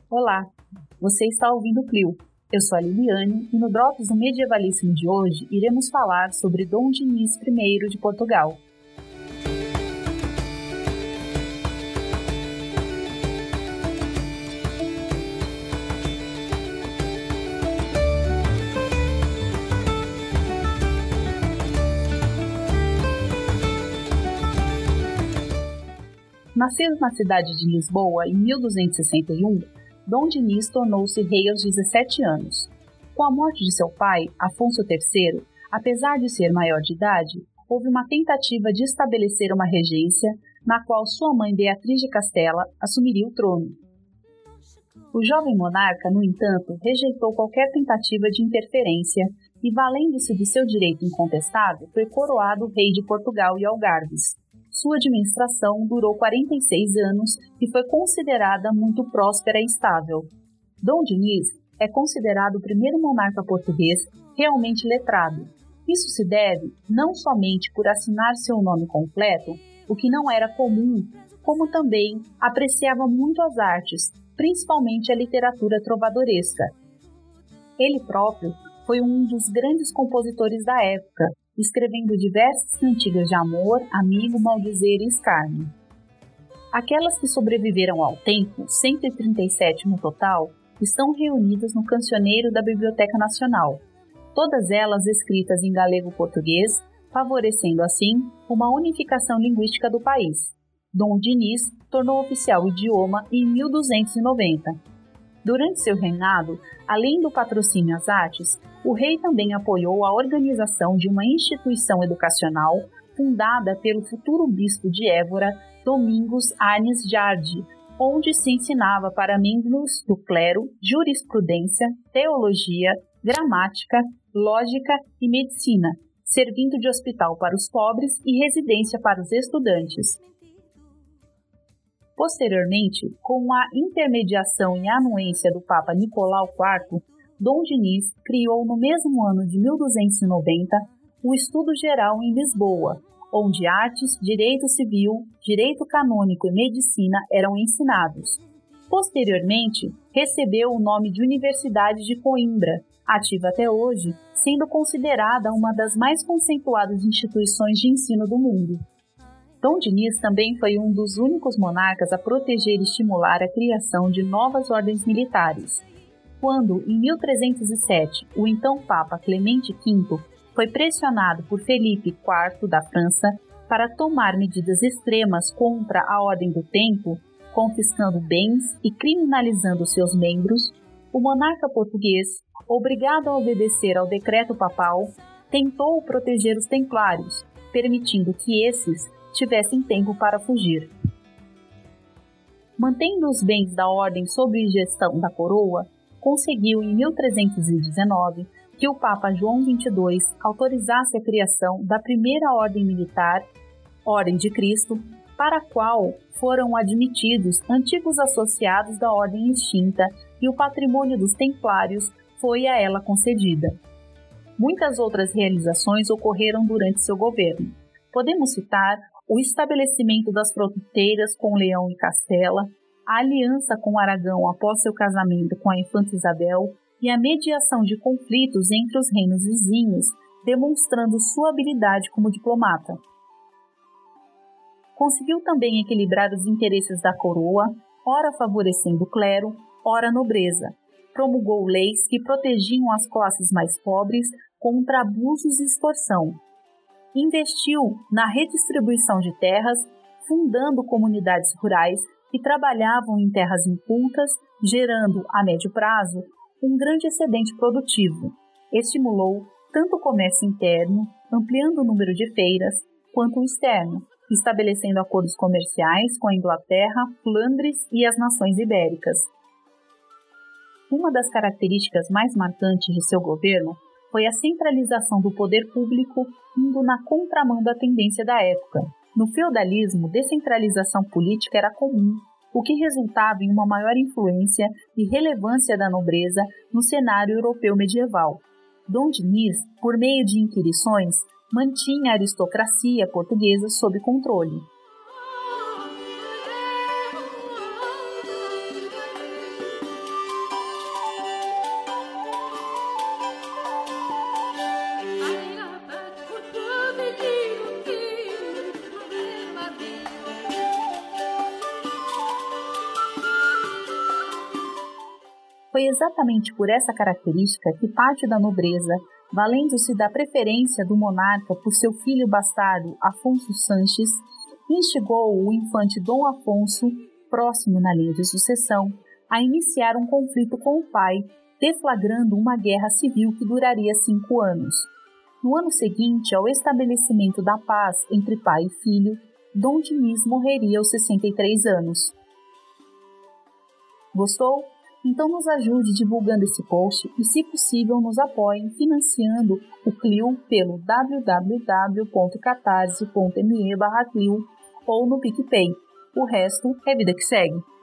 Olá, você está ouvindo o Clio. Eu sou a Liliane e no Drops do Medievalíssimo de hoje iremos falar sobre Dom Dinis I de Portugal. Nascido na cidade de Lisboa em 1261, Dom Dinis tornou-se rei aos 17 anos. Com a morte de seu pai, Afonso III, apesar de ser maior de idade, houve uma tentativa de estabelecer uma regência na qual sua mãe Beatriz de Castela assumiria o trono. O jovem monarca, no entanto, rejeitou qualquer tentativa de interferência e, valendo-se de seu direito incontestado, foi coroado rei de Portugal e Algarves. Sua administração durou 46 anos e foi considerada muito próspera e estável. Dom Dinis é considerado o primeiro monarca português realmente letrado. Isso se deve não somente por assinar seu nome completo, o que não era comum, como também apreciava muito as artes, principalmente a literatura trovadoresca. Ele próprio foi um dos grandes compositores da época, escrevendo diversas cantigas de amor, amigo, maldizer e escárnio. Aquelas que sobreviveram ao tempo, 137 no total, estão reunidas no Cancioneiro da Biblioteca Nacional, todas elas escritas em galego-português, favorecendo assim uma unificação linguística do país. Dom Dinis tornou oficial o idioma em 1290. Durante seu reinado, além do patrocínio às artes, o rei também apoiou a organização de uma instituição educacional fundada pelo futuro bispo de Évora, Domingos Arnes Jardi, onde se ensinava para membros do clero jurisprudência, teologia, gramática, lógica e medicina, servindo de hospital para os pobres e residência para os estudantes. Posteriormente, com a intermediação e anuência do Papa Nicolau IV, Dom Dinis criou no mesmo ano de 1290 o Estudo Geral em Lisboa, onde artes, direito civil, direito canônico e medicina eram ensinados. Posteriormente, recebeu o nome de Universidade de Coimbra, ativa até hoje, sendo considerada uma das mais conceituadas instituições de ensino do mundo. Dom Dinis também foi um dos únicos monarcas a proteger e estimular a criação de novas ordens militares. Quando, em 1307, o então Papa Clemente V foi pressionado por Felipe IV da França para tomar medidas extremas contra a Ordem do Tempo, confiscando bens e criminalizando seus membros, o monarca português, obrigado a obedecer ao decreto papal, tentou proteger os templários, permitindo que esses tivessem tempo para fugir. Mantendo os bens da ordem sob gestão da coroa, conseguiu em 1319 que o Papa João XXII autorizasse a criação da primeira ordem militar, Ordem de Cristo, para a qual foram admitidos antigos associados da ordem extinta e o patrimônio dos templários foi a ela concedida. Muitas outras realizações ocorreram durante seu governo. Podemos citar o estabelecimento das fronteiras com Leão e Castela, a aliança com Aragão após seu casamento com a infanta Isabel e a mediação de conflitos entre os reinos vizinhos, demonstrando sua habilidade como diplomata. Conseguiu também equilibrar os interesses da coroa, ora favorecendo o clero, ora a nobreza. Promulgou leis que protegiam as classes mais pobres contra abusos e extorsão. Investiu na redistribuição de terras, fundando comunidades rurais que trabalhavam em terras incultas, gerando, a médio prazo, um grande excedente produtivo. Estimulou tanto o comércio interno, ampliando o número de feiras, quanto o externo, estabelecendo acordos comerciais com a Inglaterra, Flandres e as nações ibéricas. Uma das características mais marcantes de seu governo foi a centralização do poder público, indo na contramão da tendência da época. No feudalismo, descentralização política era comum, o que resultava em uma maior influência e relevância da nobreza no cenário europeu medieval. Dom Dinis, por meio de inquirições, mantinha a aristocracia portuguesa sob controle. Foi exatamente por essa característica que parte da nobreza, valendo-se da preferência do monarca por seu filho bastardo Afonso Sanches, instigou o infante Dom Afonso, próximo na linha de sucessão, a iniciar um conflito com o pai, deflagrando uma guerra civil que duraria 5 anos. No ano seguinte ao estabelecimento da paz entre pai e filho, Dom Dinis morreria aos 63 anos. Gostou? Então nos ajude divulgando esse post e, se possível, nos apoiem financiando o Clio pelo www.catarse.me/Clio ou no PicPay. O resto é vida que segue.